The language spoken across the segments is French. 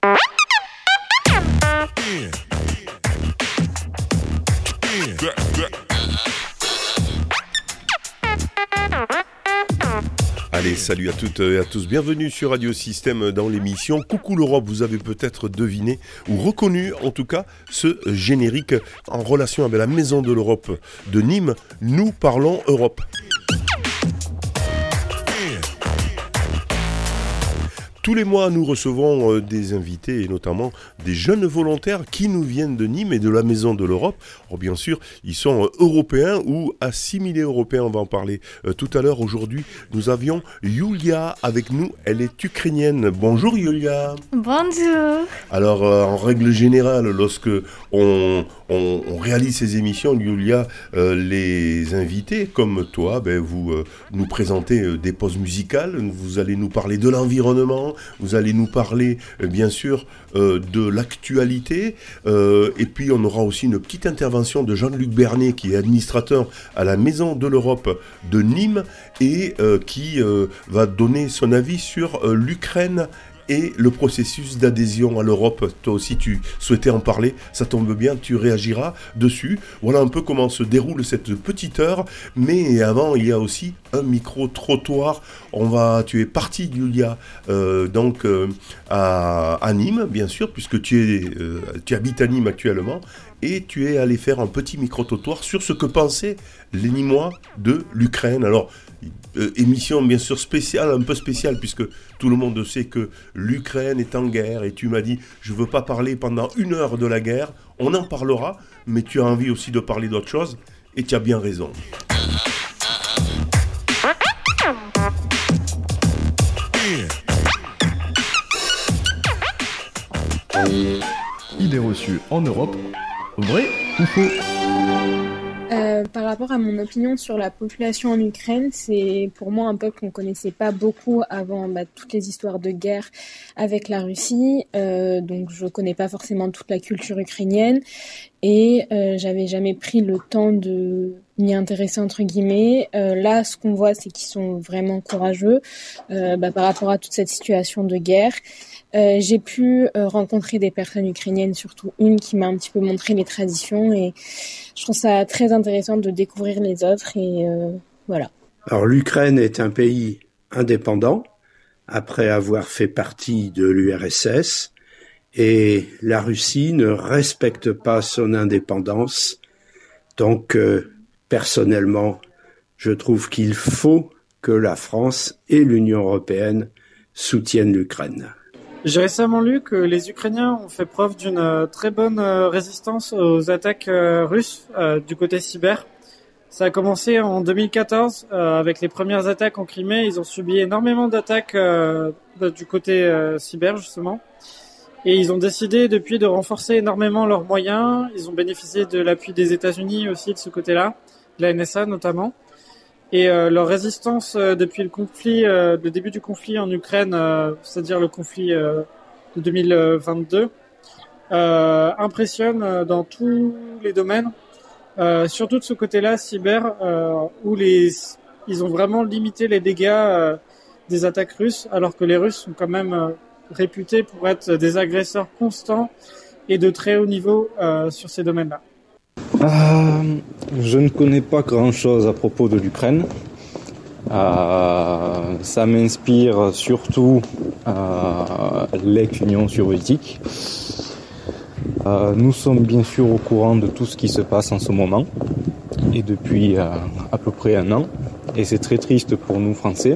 Allez, salut à toutes et à tous, bienvenue sur Radio Système dans l'émission Coucou l'Europe. Vous avez peut-être deviné ou reconnu en tout cas ce générique en relation avec la Maison de l'Europe de Nîmes. Nous parlons Europe. Tous les mois, nous recevons des invités et notamment des jeunes volontaires qui nous viennent de Nîmes et de la Maison de l'Europe. Alors bien sûr, ils sont européens ou assimilés européens, on va en parler tout à l'heure. Aujourd'hui, nous avions Yulia avec nous, elle est ukrainienne. Bonjour Yulia. Bonjour. Alors en règle générale, lorsque on réalise ces émissions, Yulia, les invités comme toi, vous nous présentez des pauses musicales, vous allez nous parler de l'environnement. Vous allez nous parler bien sûr de l'actualité et puis on aura aussi une petite intervention de Jean-Luc Bernet qui est administrateur à la Maison de l'Europe de Nîmes et qui va donner son avis sur l'Ukraine et le processus d'adhésion à l'Europe. Toi aussi tu souhaitais en parler, ça tombe bien, tu réagiras dessus. Voilà un peu comment se déroule cette petite heure, mais avant il y a aussi un micro-trottoir. Tu es parti Yulia à Nîmes bien sûr, puisque tu habites à Nîmes actuellement, et tu es allé faire un petit micro-trottoir sur ce que pensaient les Nîmois de l'Ukraine. Alors émission bien sûr spéciale, un peu spéciale, puisque tout le monde sait que l'Ukraine est en guerre, et tu m'as dit je veux pas parler pendant 1 heure de la guerre. On en parlera, mais tu as envie aussi de parler d'autre chose, et tu as bien raison. Idées reçues en Europe, vrai ou faux? Par rapport à mon opinion sur la population en Ukraine, c'est pour moi un peuple qu'on connaissait pas beaucoup avant toutes les histoires de guerre avec la Russie, donc je connais pas forcément toute la culture ukrainienne et j'avais jamais pris le temps de m'y intéresser entre guillemets. Là, ce qu'on voit, c'est qu'ils sont vraiment courageux par rapport à toute cette situation de guerre. J'ai pu rencontrer des personnes ukrainiennes, surtout une qui m'a un petit peu montré les traditions, et je trouve ça très intéressant de découvrir les autres, et voilà. Alors l'Ukraine est un pays indépendant après avoir fait partie de l'URSS, et la Russie ne respecte pas son indépendance. Donc personnellement, je trouve qu'il faut que la France et l'Union européenne soutiennent l'Ukraine. J'ai récemment lu que les Ukrainiens ont fait preuve d'une très bonne résistance aux attaques russes du côté cyber. Ça a commencé en 2014 avec les premières attaques en Crimée. Ils ont subi énormément d'attaques du côté cyber justement. Et ils ont décidé depuis de renforcer énormément leurs moyens. Ils ont bénéficié de l'appui des États-Unis aussi de ce côté-là, de la NSA notamment. Et leur résistance depuis le début du conflit en Ukraine, c'est-à-dire le conflit de 2022, impressionne dans tous les domaines, surtout de ce côté-là cyber, où ils ont vraiment limité les dégâts des attaques russes, alors que les Russes sont quand même réputés pour être des agresseurs constants et de très haut niveau sur ces domaines-là. Je ne connais pas grand-chose à propos de l'Ukraine. Ça m'inspire surtout l'ex-Union soviétique. Nous sommes bien sûr au courant de tout ce qui se passe en ce moment, et depuis à peu près 1 an, et c'est très triste pour nous Français.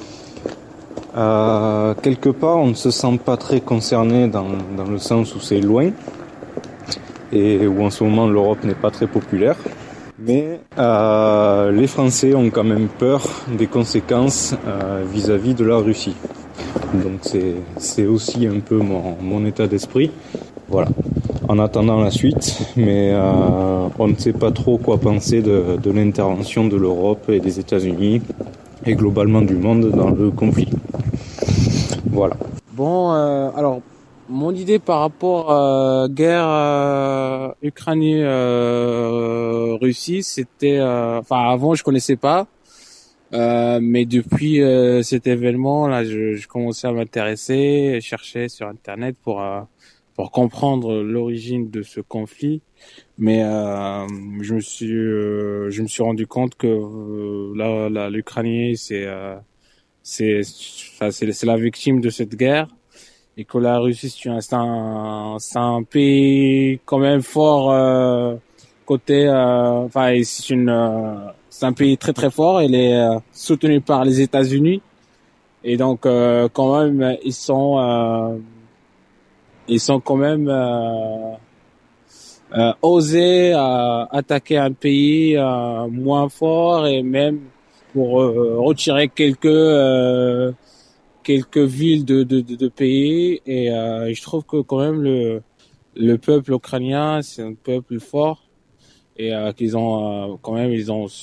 Quelque part, on ne se sent pas très concerné dans le sens où c'est loin, et où en ce moment l'Europe n'est pas très populaire. Mais les Français ont quand même peur des conséquences vis-à-vis de la Russie. Donc c'est aussi un peu mon état d'esprit. Voilà. En attendant la suite, mais on ne sait pas trop quoi penser de l'intervention de l'Europe et des États-Unis et globalement du monde dans le conflit. Voilà. Bon, alors mon idée par rapport à guerre Ukraine-Russie, c'était, avant je connaissais pas. Mais depuis cet événement, là, je commençais à m'intéresser, chercher sur Internet pour comprendre l'origine de ce conflit. Mais je me suis rendu compte que l'Ukraine c'est la victime de cette guerre, et que la Russie c'est un pays quand même fort côté c'est un pays très très fort. Il est soutenu par les États-Unis, et donc quand même ils sont quand même osés attaquer un pays moins fort, et même pour retirer quelques villes de pays. Et je trouve que quand même le peuple ukrainien c'est un peuple fort, et qu'ils ont quand même ils ont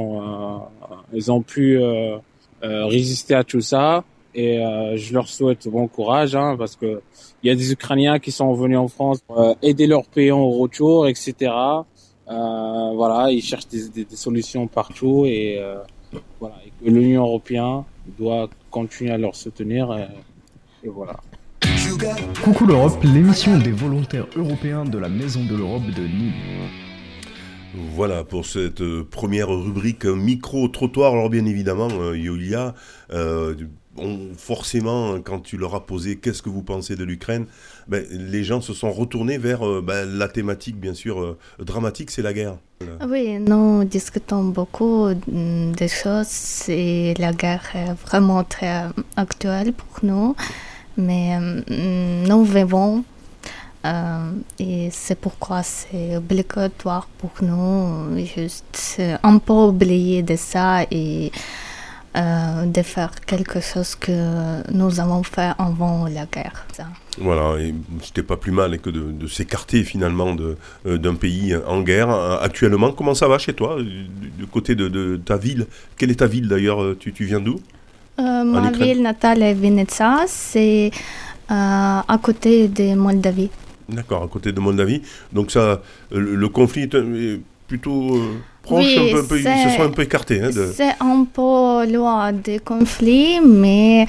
pu résister à tout ça. Et je leur souhaite bon courage, parce que il y a des Ukrainiens qui sont venus en France aider leur pays en retour, etc. Voilà, ils cherchent des solutions partout, et voilà, et que l'Union européenne doit continuer à leur soutenir, et voilà. Coucou l'Europe, l'émission des volontaires européens de la Maison de l'Europe de Nîmes. Voilà pour cette première rubrique micro-trottoir. Alors bien évidemment, Yulia, forcément, quand tu leur as posé qu'est-ce que vous pensez de l'Ukraine, les gens se sont retournés vers la thématique, bien sûr, dramatique, c'est la guerre. Oui, nous discutons beaucoup des choses, et la guerre est vraiment très actuelle pour nous, mais nous vivons, et c'est pourquoi c'est obligatoire pour nous juste un peu oublier de ça, et de faire quelque chose que nous avons fait avant la guerre. Ça. Voilà, et c'était pas plus mal que de s'écarter finalement d'un pays en guerre. Actuellement, comment ça va chez toi, du côté de ta ville? Quelle est ta ville d'ailleurs? Tu viens d'où? Ma ville natale est Vineța, c'est à côté de Moldavie. D'accord, à côté de Moldavie. Donc ça, le conflit est plutôt proche, oui, un peu, ils se sont un peu écartés. C'est un peu loin des conflits, mais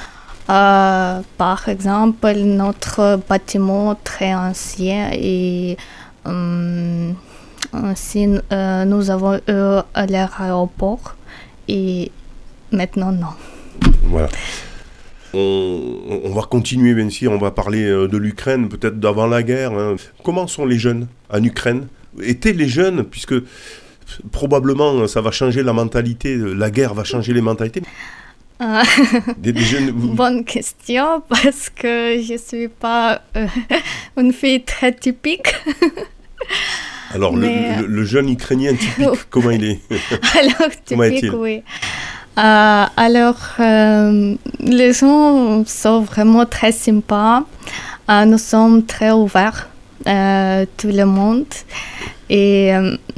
par exemple, notre bâtiment très ancien, et aussi nous avons eu l'aéroport, et maintenant non. Voilà. On va continuer, bien sûr, on va parler de l'Ukraine, peut-être d'avant la guerre. Comment sont les jeunes en Ukraine? Étaient les jeunes, puisque probablement ça va changer la mentalité, la guerre va changer les mentalités. Des jeunes... Bonne question, parce que je ne suis pas une fille très typique. Alors, le jeune Ukrainien typique, comment il est? Alors, typique, oui. Les gens sont vraiment très sympas. Nous sommes très ouverts, tout le monde. Et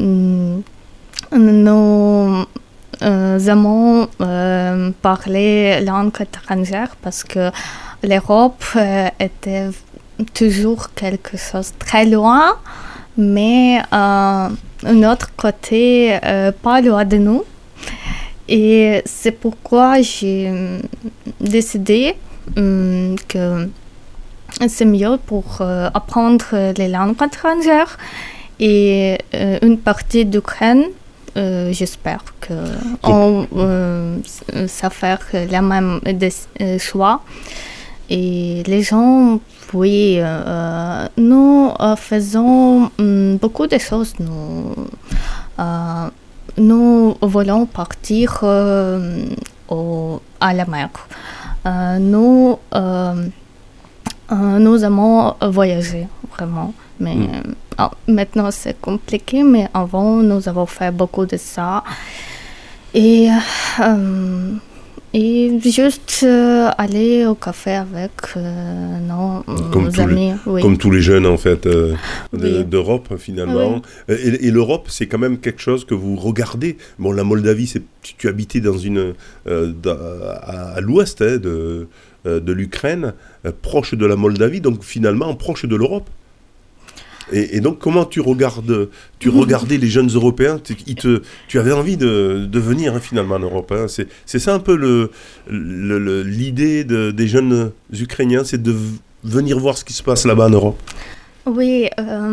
nous aimons parler langue étrangère, parce que l'Europe était toujours quelque chose de très loin, mais un autre côté pas loin de nous. Et c'est pourquoi j'ai décidé que c'est mieux pour apprendre les langues étrangères. Et une partie d'Ukraine, j'espère qu'on ça faire la même choix. Et les gens, oui, nous faisons beaucoup de choses. Nous voulons partir à la mer. Nous aimons voyager, vraiment. Mais maintenant, c'est compliqué, mais avant, nous avons fait beaucoup de ça. Et juste aller au café avec nos amis. Oui. Comme tous les jeunes, en fait, oui. d'Europe, finalement. Oui. Et l'Europe, c'est quand même quelque chose que vous regardez. Bon, la Moldavie, tu habitais à l'ouest de l'Ukraine, proche de la Moldavie, donc finalement proche de l'Europe. Et donc, comment tu regardais les jeunes Européens, tu avais envie de venir finalement en Europe. Hein. C'est ça un peu l'idée des jeunes Ukrainiens, c'est de venir voir ce qui se passe là-bas en Europe. Oui,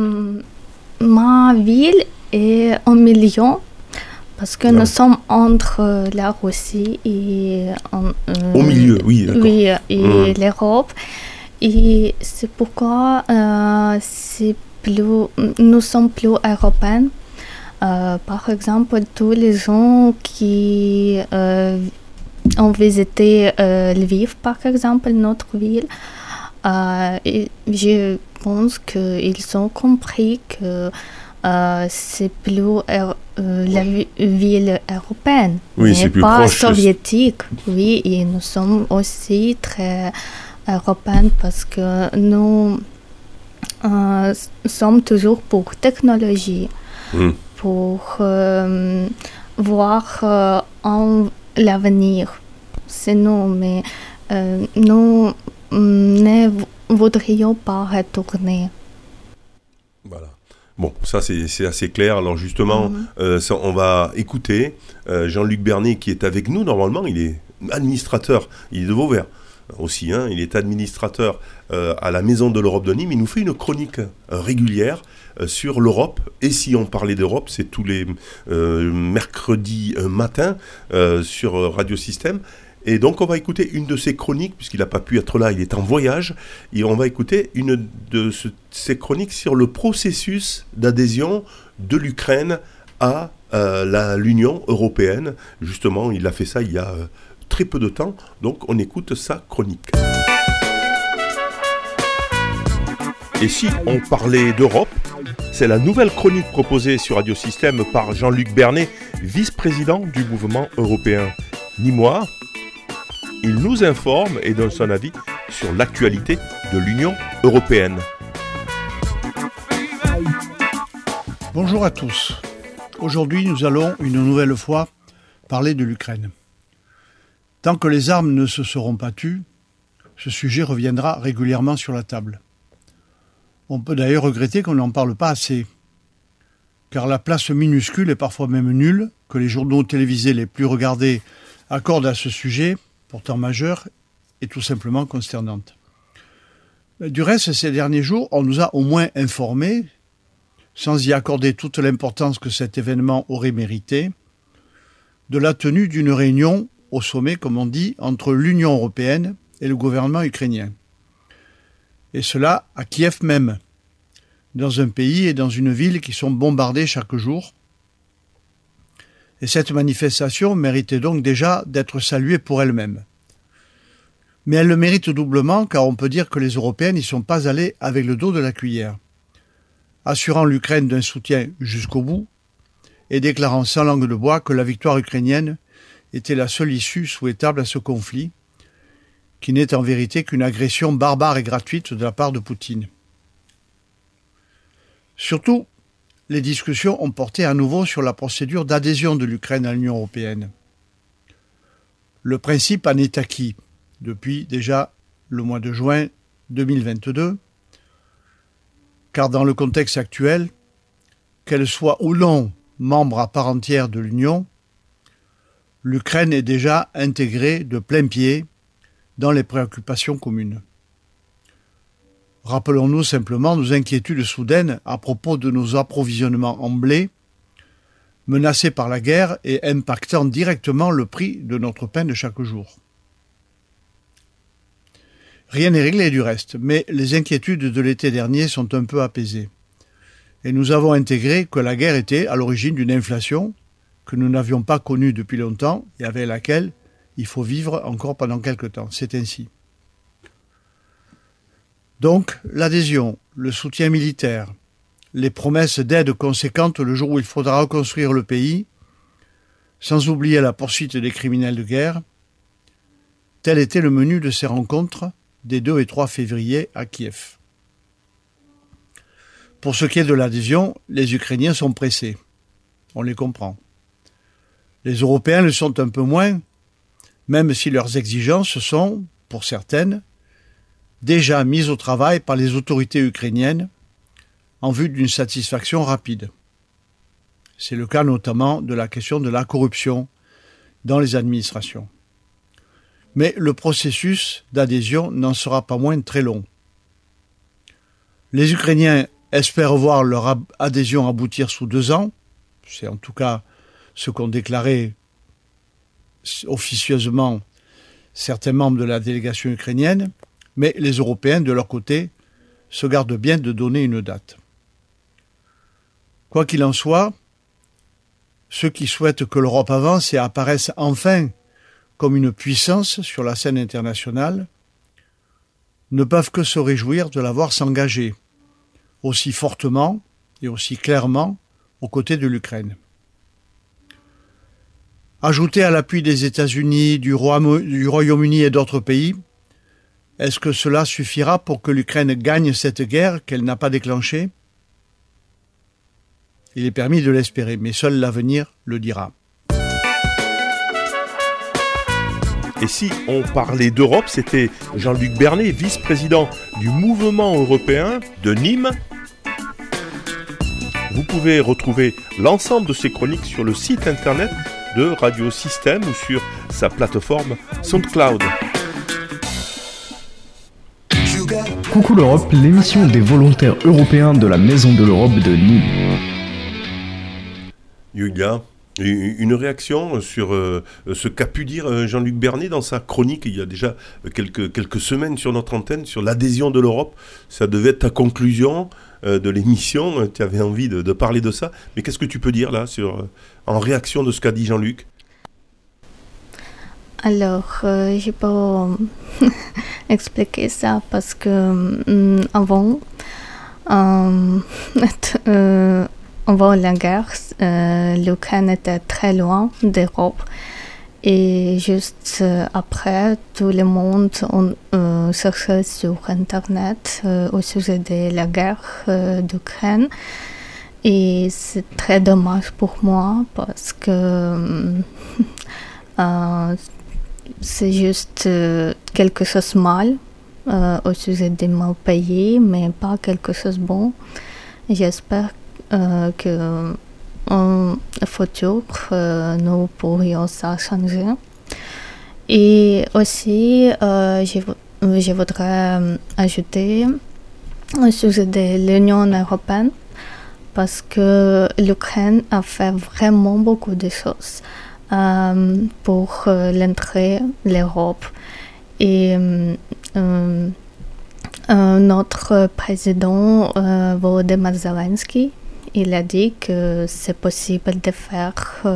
ma ville est en milieu, parce que nous sommes entre la Russie et... au milieu, oui, d'accord. Oui, et l'Europe. Et c'est pourquoi nous sommes plus européens. Par exemple, tous les gens qui ont visité Lviv, par exemple, notre ville, et je pense qu'ils ont compris que c'est plus la ville européenne, oui, mais plus pas proche, soviétique. Oui, et nous sommes aussi très européens parce que nous sommes toujours pour technologie, pour voir en l'avenir. C'est nous, mais nous ne voudrions pas retourner. Voilà. Bon, ça c'est assez clair. Alors justement, on va écouter Jean-Luc Bernet qui est avec nous normalement. Il est administrateur, il est de Vauvert aussi. Hein, il est administrateur à la Maison de l'Europe de Nîmes. Il nous fait une chronique régulière sur l'Europe. Et si on parlait d'Europe, c'est tous les mercredis matins sur Radio Système. Et donc on va écouter une de ses chroniques, puisqu'il n'a pas pu être là, il est en voyage, et on va écouter une de ses chroniques sur le processus d'adhésion de l'Ukraine à l'Union européenne. Justement, il a fait ça il y a très peu de temps, donc on écoute sa chronique. Et si on parlait d'Europe, c'est la nouvelle chronique proposée sur Radio Système par Jean-Luc Bernet, vice-président du mouvement européen nîmois. Il nous informe et donne son avis sur l'actualité de l'Union européenne. Bonjour à tous. Aujourd'hui, nous allons une nouvelle fois parler de l'Ukraine. Tant que les armes ne se seront pas tues, ce sujet reviendra régulièrement sur la table. On peut d'ailleurs regretter qu'on n'en parle pas assez, car la place minuscule et parfois même nulle que les journaux télévisés les plus regardés accordent à ce sujet, pourtant majeur, est tout simplement consternante. Du reste, ces derniers jours, on nous a au moins informés, sans y accorder toute l'importance que cet événement aurait mérité, de la tenue d'une réunion au sommet, comme on dit, entre l'Union européenne et le gouvernement ukrainien. Et cela à Kiev même, dans un pays et dans une ville qui sont bombardés chaque jour. Et cette manifestation méritait donc déjà d'être saluée pour elle-même. Mais elle le mérite doublement car on peut dire que les Européens n'y sont pas allés avec le dos de la cuillère, assurant l'Ukraine d'un soutien jusqu'au bout et déclarant sans langue de bois que la victoire ukrainienne était la seule issue souhaitable à ce conflit, qui n'est en vérité qu'une agression barbare et gratuite de la part de Poutine. Surtout, les discussions ont porté à nouveau sur la procédure d'adhésion de l'Ukraine à l'Union européenne. Le principe en est acquis depuis déjà le mois de juin 2022, car dans le contexte actuel, qu'elle soit ou non membre à part entière de l'Union, l'Ukraine est déjà intégrée de plein pied dans les préoccupations communes. Rappelons-nous simplement nos inquiétudes soudaines à propos de nos approvisionnements en blé, menacés par la guerre et impactant directement le prix de notre pain de chaque jour. Rien n'est réglé du reste, mais les inquiétudes de l'été dernier sont un peu apaisées. Et nous avons intégré que la guerre était à l'origine d'une inflation que nous n'avions pas connue depuis longtemps et avec laquelle il faut vivre encore pendant quelque temps. C'est ainsi. Donc, l'adhésion, le soutien militaire, les promesses d'aide conséquentes le jour où il faudra reconstruire le pays, sans oublier la poursuite des criminels de guerre, tel était le menu de ces rencontres des 2 et 3 février à Kiev. Pour ce qui est de l'adhésion, les Ukrainiens sont pressés. On les comprend. Les Européens le sont un peu moins, même si leurs exigences sont, pour certaines, déjà mises au travail par les autorités ukrainiennes, en vue d'une satisfaction rapide. C'est le cas notamment de la question de la corruption dans les administrations. Mais le processus d'adhésion n'en sera pas moins très long. Les Ukrainiens espèrent voir leur adhésion aboutir sous 2 ans. C'est en tout cas ce qu'ont déclaré officieusement certains membres de la délégation ukrainienne, mais les Européens, de leur côté, se gardent bien de donner une date. Quoi qu'il en soit, ceux qui souhaitent que l'Europe avance et apparaisse enfin comme une puissance sur la scène internationale ne peuvent que se réjouir de la voir s'engager aussi fortement et aussi clairement aux côtés de l'Ukraine. Ajouté à l'appui des États-Unis, du Royaume-Uni et d'autres pays, est-ce que cela suffira pour que l'Ukraine gagne cette guerre qu'elle n'a pas déclenchée ? Il est permis de l'espérer, mais seul l'avenir le dira. Et si on parlait d'Europe, c'était Jean-Luc Bernet, vice-président du mouvement européen de Nîmes. Vous pouvez retrouver l'ensemble de ces chroniques sur le site internet de Radio Système ou sur sa plateforme SoundCloud. Coucou l'Europe, l'émission des volontaires européens de la Maison de l'Europe de Nîmes. Yulia, une réaction sur ce qu'a pu dire Jean-Luc Bernet dans sa chronique il y a déjà quelques semaines sur notre antenne, sur l'adhésion de l'Europe. Ça devait être ta conclusion de l'émission, tu avais envie de parler de ça. Mais qu'est-ce que tu peux dire là en réaction de ce qu'a dit Jean-Luc ? Alors, je peux expliquer ça parce que avant la guerre, l'Ukraine était très loin d'Europe. Et juste après, tout le monde cherchait sur Internet au sujet de la guerre d'Ukraine. Et c'est très dommage pour moi parce que c'est juste quelque chose de mal au sujet de mon pays, mais pas quelque chose de bon. J'espère que en futur, nous pourrions ça changer. Et aussi, je voudrais ajouter au sujet de l'Union européenne, parce que l'Ukraine a fait vraiment beaucoup de choses pour l'entrée de l'Europe. Et notre président Volodymyr Zelensky, il a dit que c'est possible de faire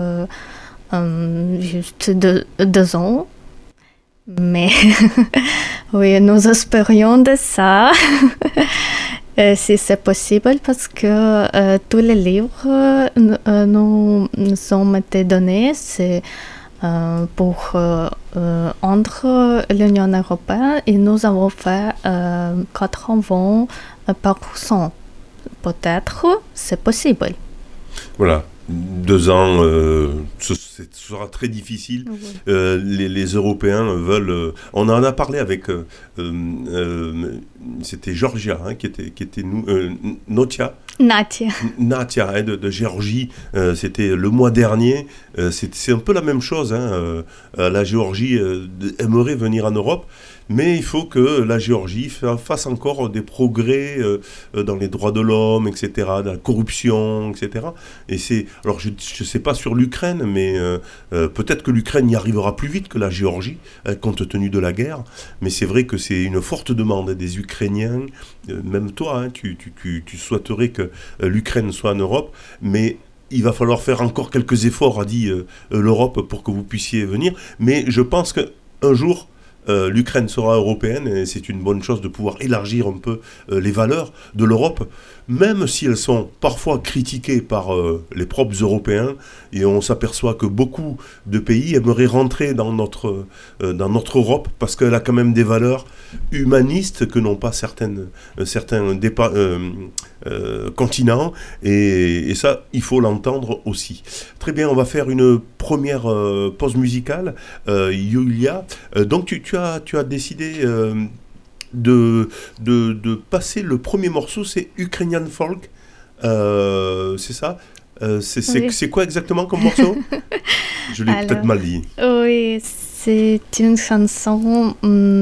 juste 2 ans. Mais oui, nous espérions de ça. Si c'est possible, parce que tous les livres nous ont été donnés, c'est pour entre l'Union européenne, et nous avons fait 80%. Peut-être, c'est possible. Voilà. 2 ans, ce sera très difficile. Oui. Les Européens veulent... on en a parlé avec... c'était Georgia, qui était Natia de Géorgie. C'était le mois dernier. C'est un peu la même chose. La Géorgie aimerait venir en Europe. Mais il faut que la Géorgie fasse encore des progrès dans les droits de l'homme, etc., dans la corruption, etc. Et alors je ne sais pas sur l'Ukraine, mais peut-être que l'Ukraine y arrivera plus vite que la Géorgie, compte tenu de la guerre. Mais c'est vrai que c'est une forte demande des Ukrainiens. Même toi, tu souhaiterais que l'Ukraine soit en Europe, mais il va falloir faire encore quelques efforts, a dit l'Europe, pour que vous puissiez venir. Mais je pense qu'un jour, l'Ukraine sera européenne et c'est une bonne chose de pouvoir élargir un peu les valeurs de l'Europe, même si elles sont parfois critiquées par les propres Européens, et on s'aperçoit que beaucoup de pays aimeraient rentrer dans notre Europe parce qu'elle a quand même des valeurs humanistes que n'ont pas certains continents, et ça, il faut l'entendre aussi. Très bien, on va faire une première pause musicale. Yulia, donc tu as décidé de passer le premier morceau, c'est Ukrainian Folk, c'est ça? C'est quoi exactement comme morceau? Je l'ai peut-être mal dit. Oui, c'est une chanson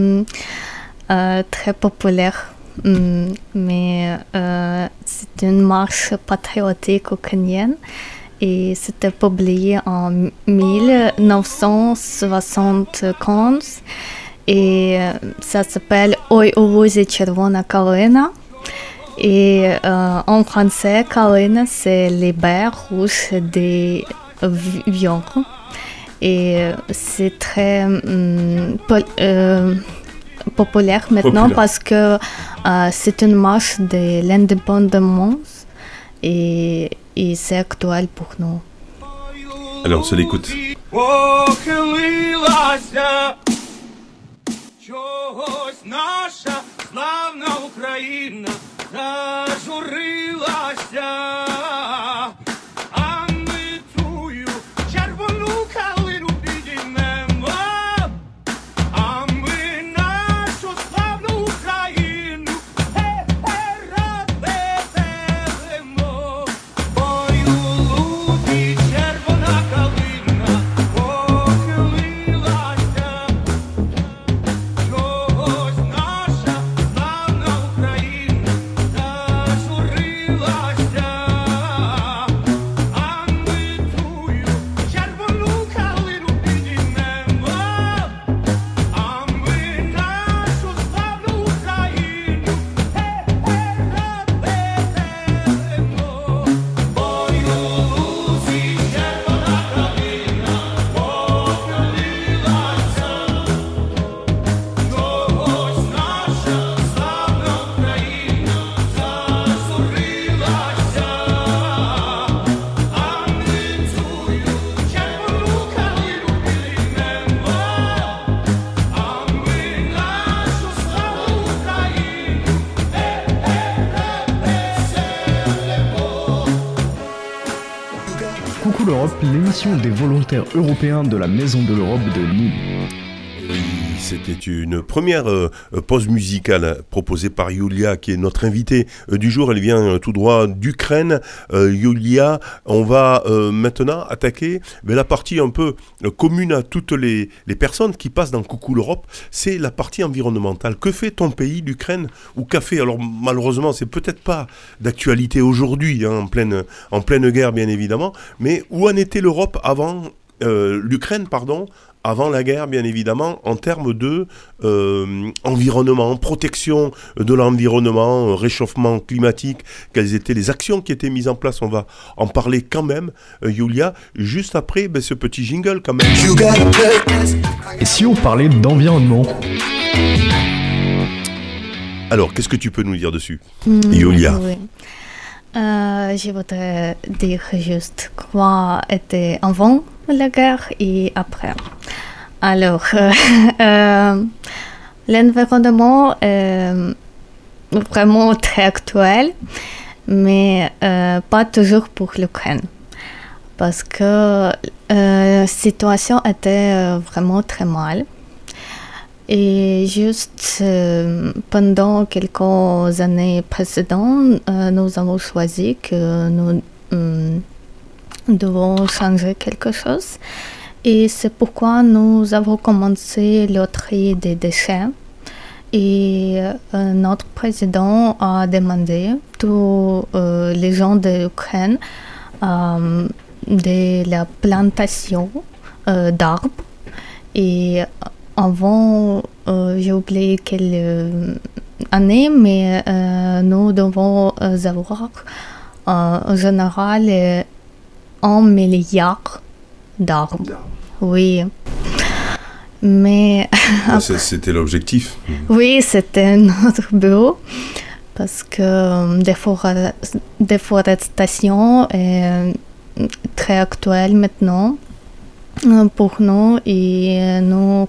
très populaire, mais c'est une marche patriotique ukrainienne et c'était publié en 1975 et ça s'appelle Ой у лузі червона калина. Et en français, Kalina, c'est les baies rouges des viandes. Et c'est très populaire maintenant parce que c'est une marche de l'indépendance et c'est actuel pour nous. Alors, on se l'écoute. Зажурилася, а ми тую червону калину підіймемо, а ми нашу славну Україну радимо. Ой, у лузі червона калина похилилася, чогось наша славна Україна зажурилася, а ми тую червону калину підіймемо, а ми нашу славну Україну радимо. Ой, у лузі червона калина похилилася, чогось наша славна Україна зажурилася, а ми тую червону калину підіймемо, а ми нашу славну Україну веселимо. Coucou l'Europe, l'émission des volontaires européens de la Maison de l'Europe de Nîmes. Oui, c'était une première pause musicale proposée par Yulia, qui est notre invitée du jour. Elle vient tout droit d'Ukraine. Yulia, on va maintenant attaquer la partie un peu commune à toutes les personnes qui passent dans Coucou l'Europe. C'est la partie environnementale. Que fait ton pays, l'Ukraine, ou qu'a fait? Alors malheureusement, c'est peut-être pas d'actualité aujourd'hui, hein, en pleine guerre bien évidemment, mais où en était l'Europe avant l'Ukraine, pardon, avant la guerre, bien évidemment, en termes de environnement, protection de l'environnement, réchauffement climatique, quelles étaient les actions qui étaient mises en place? On va en parler quand même, Yulia, juste après ce petit jingle quand même. Et si on parlait d'environnement? Alors, qu'est-ce que tu peux nous dire dessus, Yulia? Oui. Je voudrais dire juste quoi était avant la guerre et après. Alors, l'environnement est vraiment très actuel, mais pas toujours pour l'Ukraine. Parce que la situation était vraiment très mal. Et juste pendant quelques années précédentes, nous avons choisi que nous devons changer quelque chose. Et c'est pourquoi nous avons commencé le tri des déchets. Et notre président a demandé à tous les gens de l'Ukraine de la plantation d'arbres. Et avant, j'ai oublié quelle année, mais nous devons avoir en général 1 milliard d'arbres. Oui. Mais c'était l'objectif. Oui, c'était notre but parce que déforestation est très actuelle maintenant pour nous et nous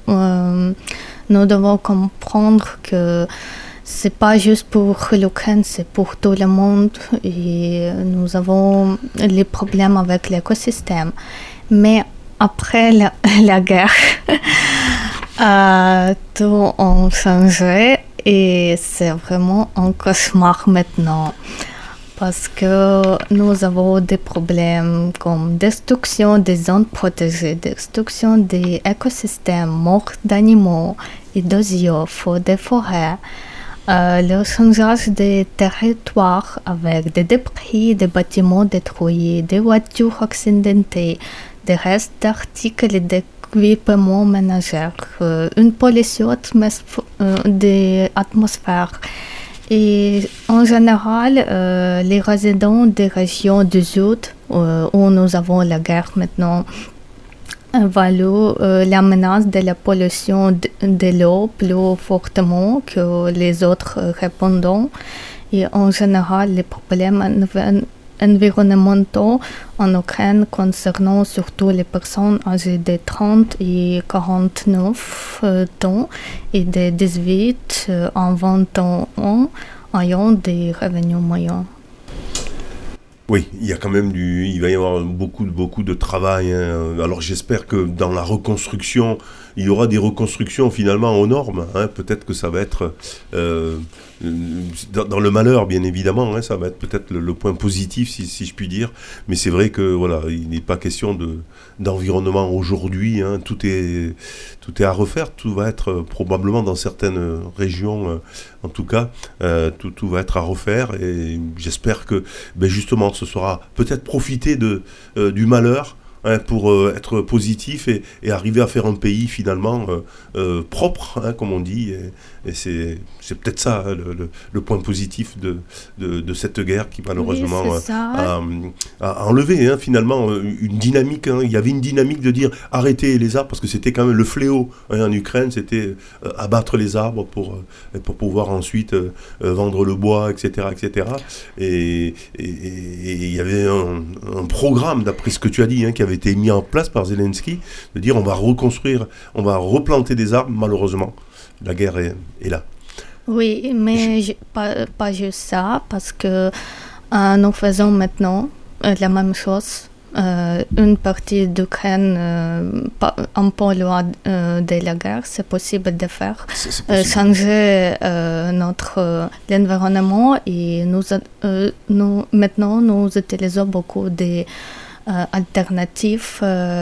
devons comprendre que c'est pas juste pour l'Ukraine, c'est pour tout le monde et nous avons les problèmes avec l'écosystème. Mais après la guerre, Tout a changé et c'est vraiment un cauchemar maintenant parce que nous avons des problèmes comme destruction des zones protégées, destruction des écosystèmes, mort d'animaux et d'oiseaux, feu des forêts, le changeage des territoires avec des débris, des bâtiments détruits, des voitures accidentées, des restes d'articles et d'équipements ménagers, une pollution de l'atmosphère. Et en général, les résidents des régions du Sud, où nous avons la guerre maintenant, valu la menace de la pollution de l'eau plus fortement que les autres répondants. Et en général, les problèmes environnementaux en Ukraine concernant surtout les personnes âgées de 30 et 49 ans et de 18 à 20 ans ayant des revenus moyens. Oui, il y a quand même il va y avoir beaucoup de travail, hein. Alors j'espère que dans la reconstruction, il y aura des reconstructions finalement aux normes, hein. Peut-être que ça va être dans le malheur, bien évidemment, hein, ça va être peut-être le point positif, si je puis dire. Mais c'est vrai que voilà, il n'est pas question d'environnement aujourd'hui, hein. Tout est à refaire. Tout va être probablement dans certaines régions, en tout cas, tout va être à refaire. Et j'espère que, justement, ce sera peut-être profiter du malheur, hein, pour être positif et arriver à faire un pays finalement propre, hein, comme on dit. Et c'est peut-être ça, hein, le point positif de cette guerre qui malheureusement a enlevé, hein, finalement une dynamique, hein. Il y avait une dynamique de dire arrêtez les arbres parce que c'était quand même le fléau, hein, en Ukraine, c'était abattre les arbres pour pouvoir ensuite vendre le bois, etc. Et il y avait un programme, d'après ce que tu as dit, hein, qui avait été mis en place par Zelensky, de dire on va reconstruire, on va replanter des arbres. Malheureusement, la guerre est là. Oui, mais pas juste ça, parce que nous faisons maintenant la même chose. Une partie d'Ukraine, un peu loin de la guerre, c'est possible de faire, changer l'environnement et maintenant nous utilisons beaucoup d'alternatives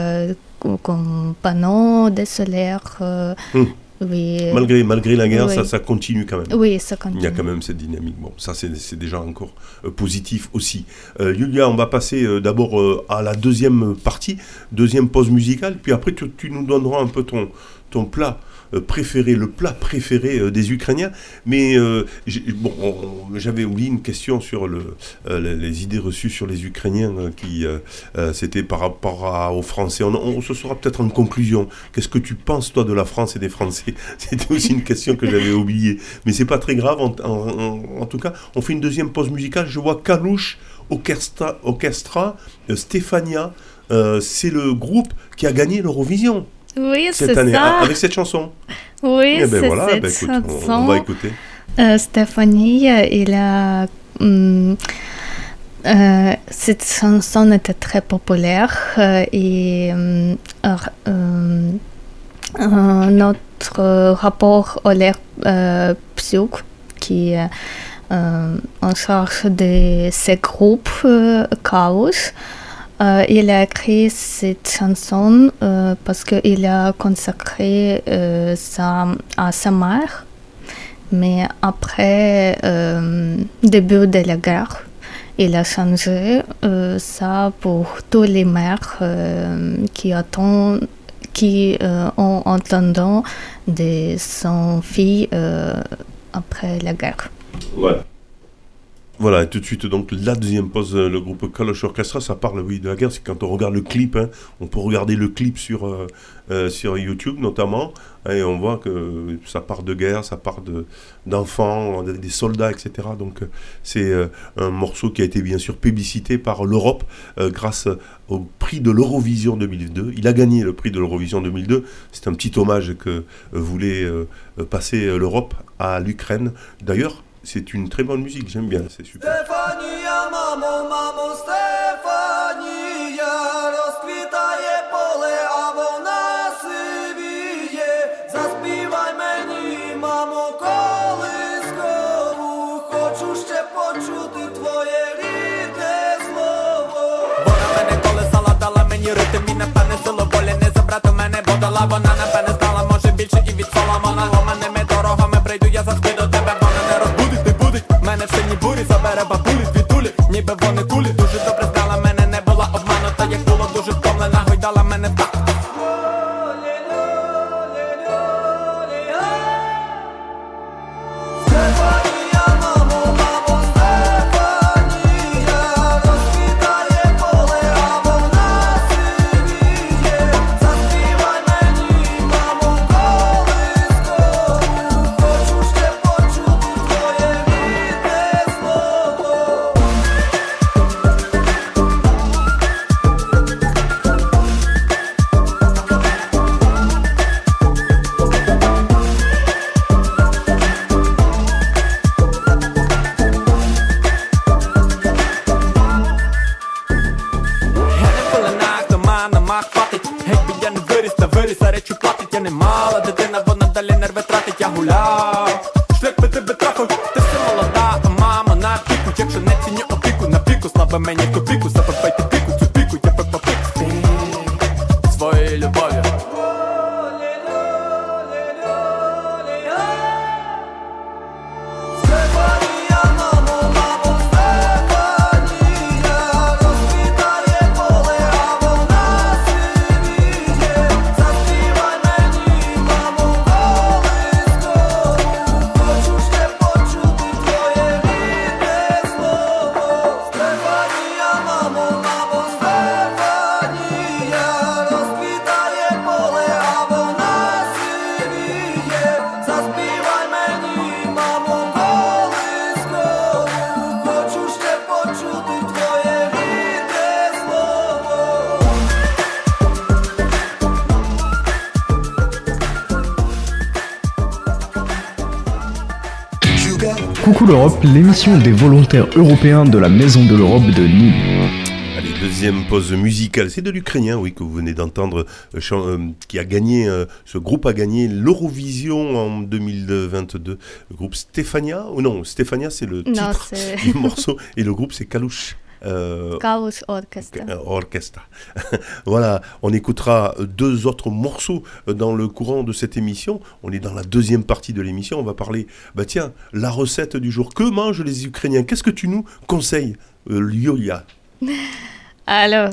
comme panneaux de solaire. Oui. Malgré la guerre, oui. ça continue quand même. Oui, ça continue. Il y a quand même cette dynamique. Bon, ça c'est déjà encore positif aussi. Yulia, on va passer d'abord à la deuxième partie, deuxième pause musicale, puis après tu nous donneras un peu ton plat préféré, le plat préféré des Ukrainiens. Mais j'avais oublié une question sur les idées reçues sur les Ukrainiens, qui c'était par rapport aux Français. On se sera peut-être en conclusion. Qu'est-ce que tu penses, toi, de la France et des Français? C'était aussi une question que j'avais oubliée. Mais c'est pas très grave. En tout cas, on fait une deuxième pause musicale. Je vois Kalush Orchestra, Stefania. C'est le groupe qui a gagné l'Eurovision. Oui, cette année, ça. Avec cette chanson. Oui, c'est voilà, cette chanson. On va écouter. Stéphanie, cette chanson était très populaire et notre rapport Oleg Psyuk, qui est en charge de ce groupe Kalush, il a écrit cette chanson parce qu'il a consacré ça à sa mère, mais après début de la guerre, il a changé ça pour tous les mères qui ont entendu de son fille après la guerre. Ouais. Voilà, et tout de suite, donc, la deuxième pause, le groupe Kalush Orchestra, ça parle, oui, de la guerre. C'est quand on regarde le clip, hein, on peut regarder le clip sur YouTube, notamment, hein, et on voit que ça part de guerre, ça part d'enfants, des soldats, etc. Donc, c'est un morceau qui a été, bien sûr, publicité par l'Europe grâce au prix de l'Eurovision 2002. Il a gagné le prix de l'Eurovision 2002. C'est un petit hommage que voulait passer l'Europe à l'Ukraine. D'ailleurs, c'est une très bonne musique, j'aime bien, c'est super. Стефанія, мамо, Стефанія, розквітає поле, а вона сивіє. ще почути твоє рідне слово. Вона мене колесала, дала мені ритм і напевне силу волі не забрати мене, бо дала вона напевне знала, може більше і від Соломона. Ломаними дорогами прийду я завжди до тебе, вона не розбудить, не будить мене в синій бурі, забере бабулі, звідулі, ніби вони кулі. Дуже добре знала мене, не була обманута, як було дуже втомлена, гойдала мене в так. Coucou l'Europe, l'émission des volontaires européens de la Maison de l'Europe de Nîmes. Allez, deuxième pause musicale, c'est de l'ukrainien, oui, que vous venez d'entendre, qui a gagné, ce groupe a gagné l'Eurovision en 2022. Le groupe Stefania, ou non, Stefania c'est le titre du morceau, et le groupe c'est Kalush. Kalush Orchestra. Orchestra. Voilà, on écoutera deux autres morceaux dans le courant de cette émission. On est dans la deuxième partie de l'émission. On va parler, tiens, la recette du jour. Que mangent les Ukrainiens? Qu'est-ce que tu nous conseilles, Yulia? Alors,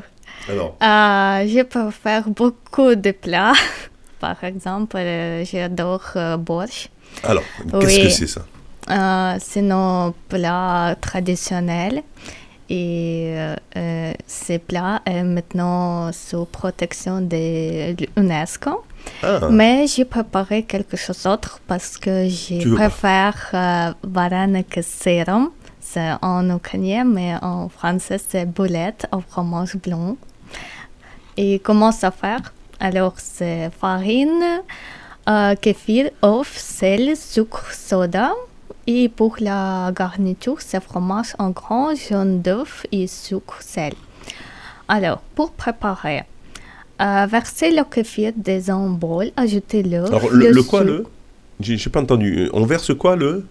je peux faire beaucoup de plats. Par exemple, j'adore borscht. Alors, qu'est-ce que c'est ça? C'est nos plats traditionnels. Et ces plats sont maintenant sous protection de l'UNESCO. Mais j'ai préparé quelque chose d'autre parce que je préfère varenik с сыром. C'est en ukrainien, mais en français, c'est boulettes au fromage blanc. Et comment ça faire? Alors, c'est farine, kéfir, œuf, sel, sucre, soda. Et pour la garniture, c'est fromage en grand, jaune d'œuf et sucre, sel. Alors, pour préparer, versez le kéfir dans un bol, ajoutez l'œuf. Alors, le quoi, le? J'ai pas entendu. On verse quoi, le?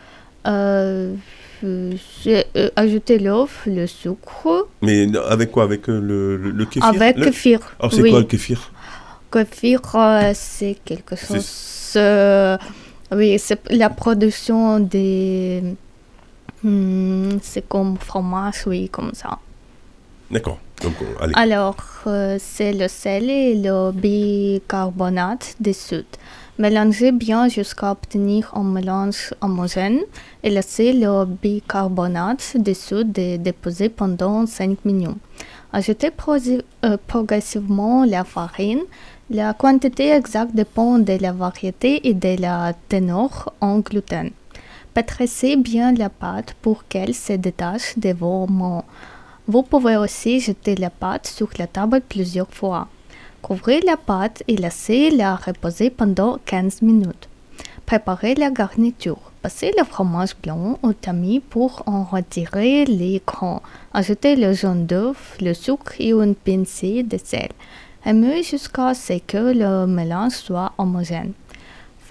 Ajouter l'œuf, le sucre. Mais avec quoi? Avec le kéfir? Avec le kéfir. Alors, c'est quoi le kéfir? Kéfir, c'est quelque chose... oui, c'est la production des... c'est comme fromage, oui, comme ça. D'accord. Donc, allez. Alors, c'est le sel et le bicarbonate de soude. Mélangez bien jusqu'à obtenir un mélange homogène et laissez le bicarbonate de soude déposer pendant 5 minutes. Ajoutez progressivement la farine. La quantité exacte dépend de la variété et de la teneur en gluten. Pétrissez bien la pâte pour qu'elle se détache de vos mains. Vous pouvez aussi jeter la pâte sur la table plusieurs fois. Couvrez la pâte et laissez-la reposer pendant 15 minutes. Préparez la garniture. Passez le fromage blanc au tamis pour en retirer les crans. Ajoutez le jaune d'œuf, le sucre et une pincée de sel. Émue jusqu'à ce que le mélange soit homogène.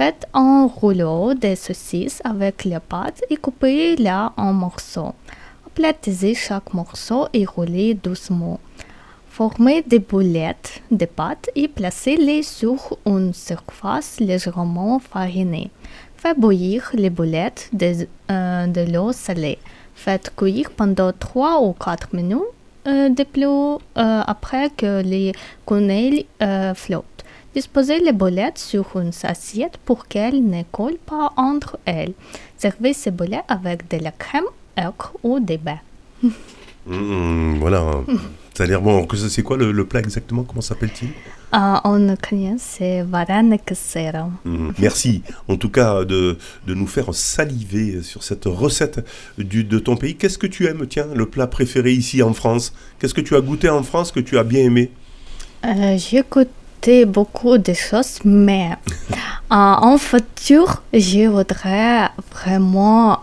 Faites un rouleau de saucisse avec les pâtes et coupez-la en morceaux. Aplatissez chaque morceau et roulez doucement. Formez des boulettes de pâte et placez-les sur une surface légèrement farinée. Faites bouillir les boulettes de l'eau salée. Faites cuire pendant 3 ou 4 minutes de plus après que les quenelles flottent. Disposez les boulettes sur une assiette pour qu'elles ne collent pas entre elles. Servez ces boulettes avec de la crème, ocre ou des baies. Voilà, ça a l'air bon. C'est quoi le plat exactement? Comment s'appelle-t-il? En ukrainien, c'est varanek с сыром. Merci en tout cas de nous faire saliver sur cette recette de ton pays. Qu'est-ce que tu aimes, tiens, le plat préféré ici en France? Qu'est-ce que tu as goûté en France que tu as bien aimé? J'ai goûté beaucoup de choses, mais en futur, je voudrais vraiment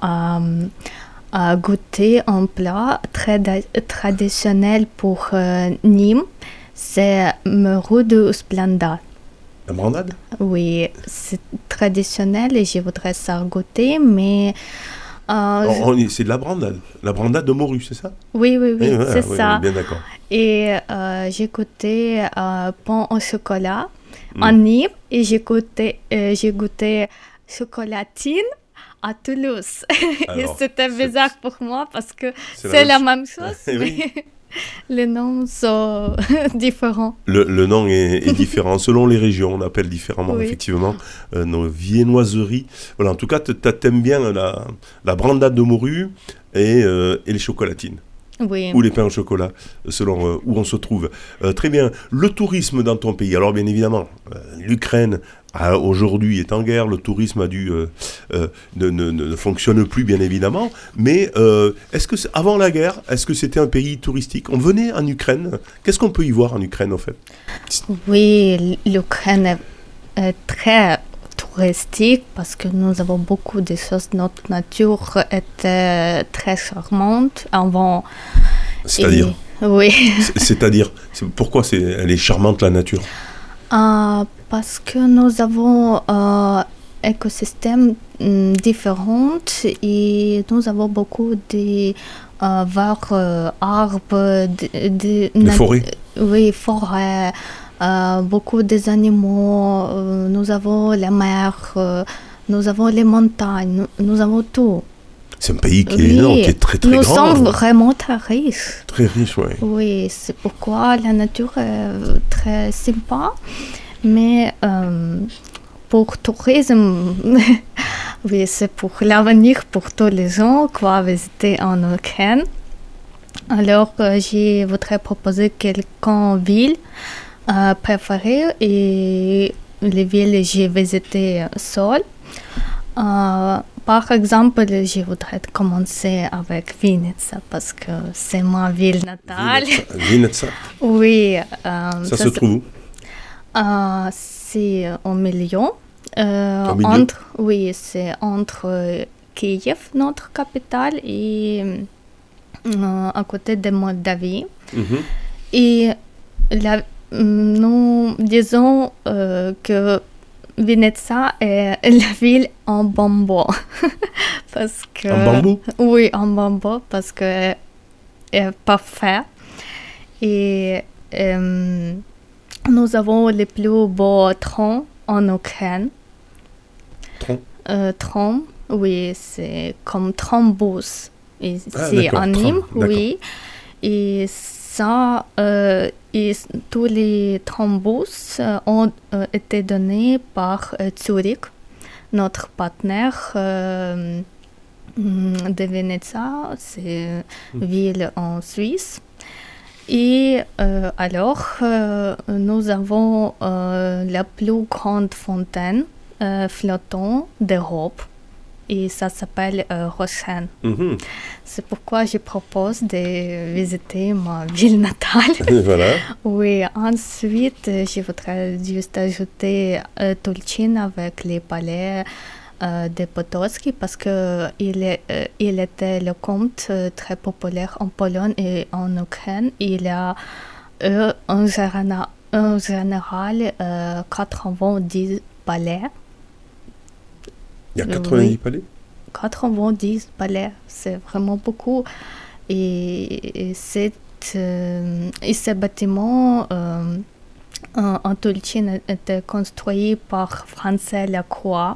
goûter un plat très traditionnel pour Nîmes. C'est Meroux de Splendade. La brandade? Oui, c'est traditionnel et je voudrais ça goûter, mais... c'est de la brandade de morue, c'est ça? Oui, c'est ça. On est bien d'accord. Et j'ai goûté pain au chocolat en Nîmes et j'ai goûté chocolatine à Toulouse. Alors, et c'était bizarre pour moi parce que c'est la même chose, mais les noms sont différents. Le nom est différent. Selon les régions, on appelle différemment, effectivement, nos viennoiseries. Voilà, en tout cas, t'aimes bien la brandade de morue et les chocolatines. Oui. Ou les pains au chocolat, selon où on se trouve. Très bien. Le tourisme dans ton pays. Alors, bien évidemment, l'Ukraine, aujourd'hui, est en guerre. Le tourisme ne fonctionne plus, bien évidemment. Mais est-ce que, avant la guerre, est-ce que c'était un pays touristique? On venait en Ukraine. Qu'est-ce qu'on peut y voir en Ukraine, en fait? Oui, l'Ukraine est très touristique parce que nous avons beaucoup de choses. Notre nature était très charmante avant. C'est-à-dire? Oui. C'est-à-dire? Pourquoi elle est charmante, la nature? Parce que nous avons écosystèmes différents et nous avons beaucoup de verts, arbres, de forêts. Oui, forêts. Beaucoup des animaux, nous avons la mer, nous avons les montagnes, nous avons tout. C'est un pays qui est énorme, qui est très très grand. Nous sommes vraiment très riches. Très riches, oui. Oui, c'est pourquoi la nature est très sympa. Mais pour tourisme, oui, c'est pour l'avenir pour tous les gens qui vont visiter en Ukraine. Alors, je voudrais proposer quelques villes préférées et les villes que j'ai visitées seule. Par exemple, je voudrais commencer avec Vinnytsia parce que c'est ma ville natale. Vinnytsia? Oui. Ça se trouve où? C'est au milieu. Oui, c'est entre Kiev, notre capitale, et à côté de Moldavie. Et nous disons que Vinnytsia est la ville en bambou. Parce que, en bambou? Oui, en bambou, parce que est parfait. Et nous avons les plus beaux trains en Ukraine. Train, oui, c'est comme train-bus. Ici en Nîmes, oui. Et ça, tous les train-bus ont été donnés par Zurich, notre partenaire de Vinnytsia, c'est une ville en Suisse. Et alors, nous avons la plus grande fontaine flottante d'Europe. Et ça s'appelle Rochen. C'est pourquoi je propose de visiter ma ville natale. Voilà. Oui, ensuite, je voudrais juste ajouter Tulchin avec les palais de Potocki parce qu'il était le comte très populaire en Pologne et en Ukraine. Il a en général 90 palais Il y a 90 palais 90 palais, c'est vraiment beaucoup. Et ce bâtiment en Tulcine était construit par Français Lacroix.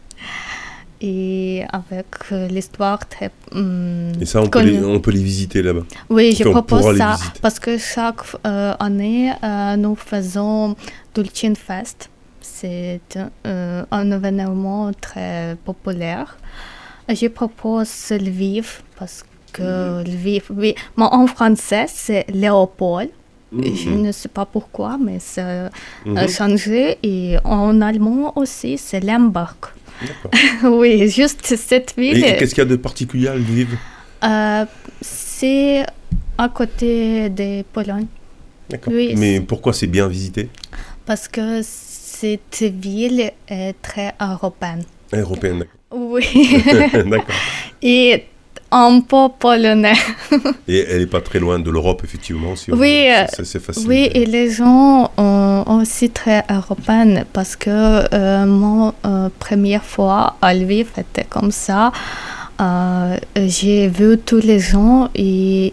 Et avec l'histoire très et ça, on peut les visiter là-bas. Oui, je propose ça parce que chaque année, nous faisons Tulcine Fest. C'est un événement très populaire. Je propose Lviv parce que Lviv, oui, mais en français, c'est Léopold. Je ne sais pas pourquoi, mais ça a changé. Et en allemand aussi, c'est Lemberg. Oui, juste cette ville. Et qu'est-ce qu'il y a de particulier à Lviv? C'est à côté de Pologne. D'accord. Oui, mais pourquoi c'est bien visité? Parce que cette ville est très européenne. Européenne, d'accord. Oui. D'accord. Et un peu polonais. Et elle n'est pas très loin de l'Europe, effectivement. Si oui, c'est facile. Oui, et les gens sont aussi très européens parce que mon première fois à Lviv était comme ça. J'ai vu tous les gens et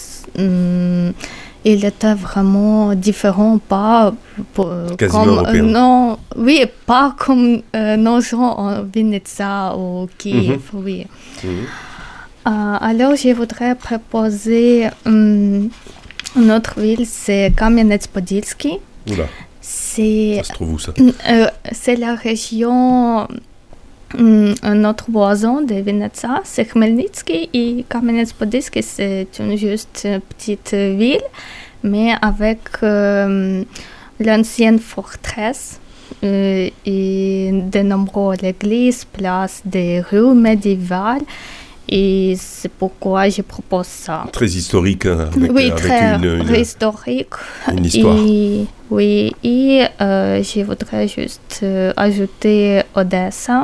ils étaient vraiment différents, pas quasiment comme européens. Non, oui, pas comme nos gens en Vinnytsia ou Kiev, oui. Alors, je voudrais proposer une autre ville, c'est Kamenets-Podilsky. Oula, ça se trouve où ça? C'est la région, un autre voisin de Vinnytsia, c'est Khmelnytsky, et Kamenets-Podilsky, c'est une juste petite ville, mais avec l'ancienne forteresse. Et de nombreuses églises, places, des rues médiévales. Et c'est pourquoi je propose ça. Très historique, avec, oui, avec très historique. Une histoire. Oui, et je voudrais juste ajouter Odessa.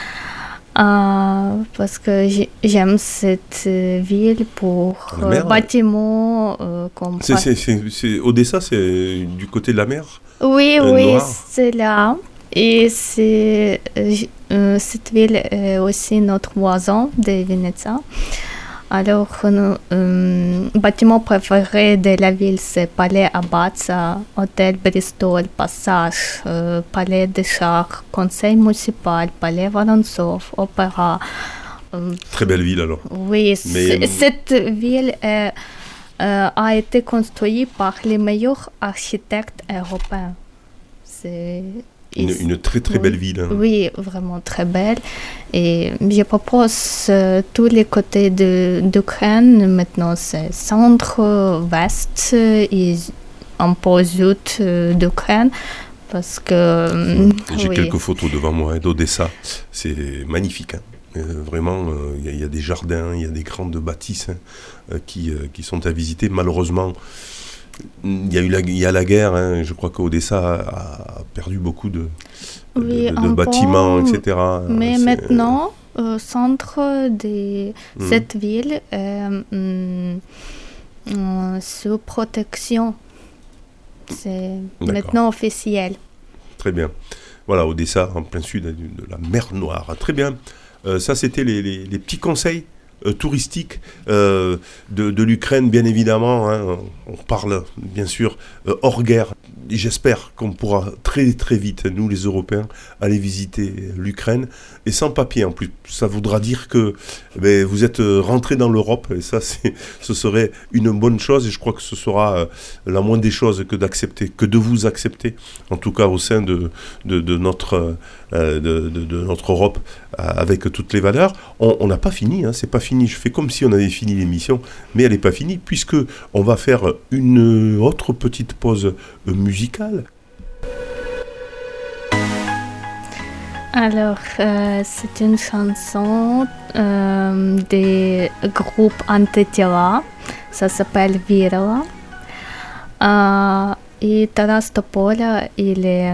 Parce que j'aime cette ville pour bâtiments comme... Odessa, c'est du côté de la mer? Oui, c'est là. Et cette ville est aussi notre voisin de Vinnytsia. Alors, le bâtiment préféré de la ville, c'est Palais Abatsa, Hôtel Bristol, Passage, Palais des Chars, Conseil municipal, Palais Vorontsov, Opéra. Très belle ville alors. Oui, cette ville a été construite par les meilleurs architectes européens. C'est une très très belle ville. Hein. Oui, vraiment très belle. Et je propose tous les côtés d'Ukraine. Maintenant, c'est centre, ouest et un peu sud d'Ukraine. Parce que... J'ai quelques photos devant moi d'Odessa. C'est magnifique. Hein. Vraiment, il y a des jardins, il y a des grandes bâtisses qui sont à visiter. Malheureusement, il y a la guerre. Hein. Je crois qu'Odessa a perdu beaucoup de bâtiments, etc. Mais maintenant, au centre de cette ville est sous protection. C'est maintenant officiel. Très bien. Voilà, Odessa, en plein sud de la mer Noire. Très bien. Ça, c'était les petits conseils touristiques de l'Ukraine, bien évidemment. Hein. On parle, bien sûr, hors guerre. Et j'espère qu'on pourra très, très vite, nous, les Européens, aller visiter l'Ukraine. Et sans papier, en plus. Ça voudra dire que vous êtes rentrés dans l'Europe. Et ça, ce serait une bonne chose. Et je crois que ce sera la moindre des choses que d'accepter, que de vous accepter, en tout cas au sein de notre Europe, avec toutes les valeurs. On n'a pas fini, hein, c'est pas fini. Je fais comme si on avait fini l'émission, mais elle n'est pas finie, puisque on va faire une autre petite pause musicale. Alors, c'est une chanson des groupes Antitela. Ça s'appelle Virala. Et Taras Topola, il est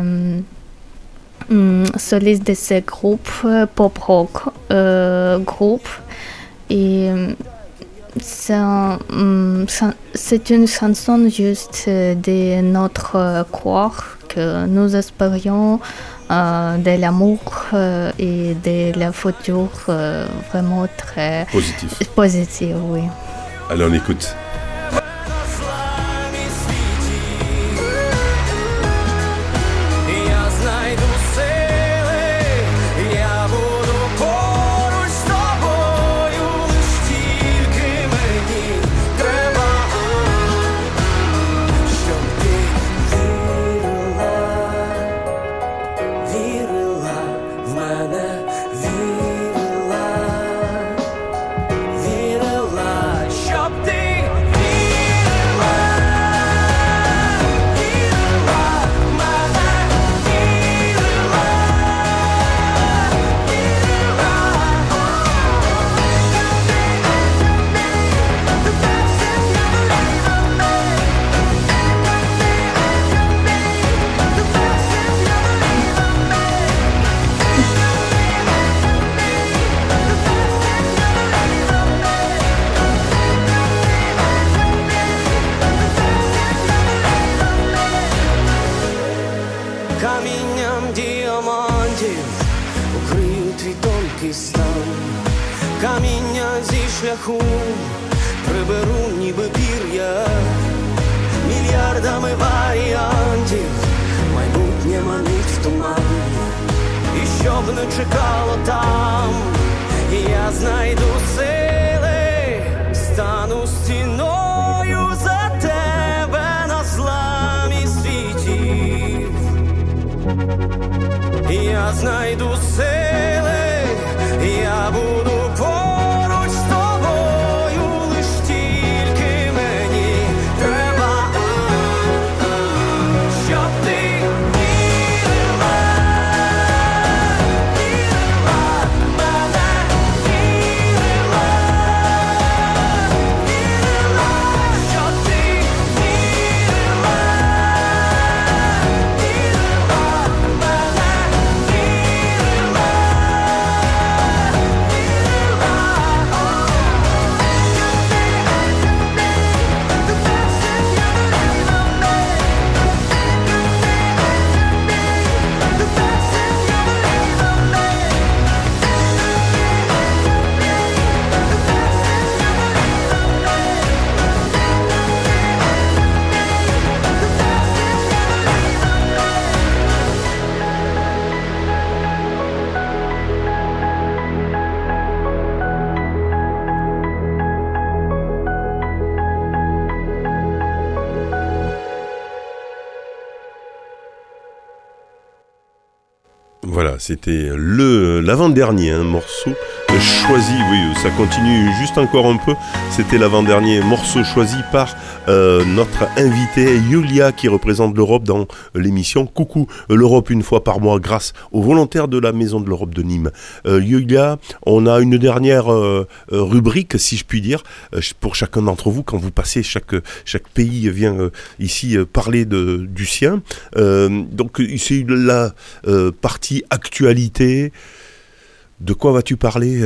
soliste de ce groupe, pop-rock groupe. Et c'est une chanson juste de notre croire que nous espérions de l'amour et de la futur vraiment très positif, oui. Allez, on écoute. Каміння зі шляху приберу ніби пір'я, мільярдами варіантів, майбутнє манить в туман. І що б не чекало там, я знайду сили, стану стіною за тебе на зламі світів. Я знайду сили, я буду поруч з тобою, лиш тільки мені треба, щоб ти вірила, вірила в мене, вірила, вірила, щоб ти вірила, вірила в мене, вірила. Voilà, c'était l'avant-dernier morceau choisi, oui, ça continue juste encore un peu, c'était l'avant-dernier morceau choisi par notre invitée Yulia qui représente l'Europe dans l'émission Coucou l'Europe une fois par mois grâce aux volontaires de la Maison de l'Europe de Nîmes. Yulia, on a une dernière rubrique, si je puis dire, pour chacun d'entre vous, quand vous passez, chaque pays vient ici parler du sien. Donc c'est la partie actualité. De quoi vas-tu parler,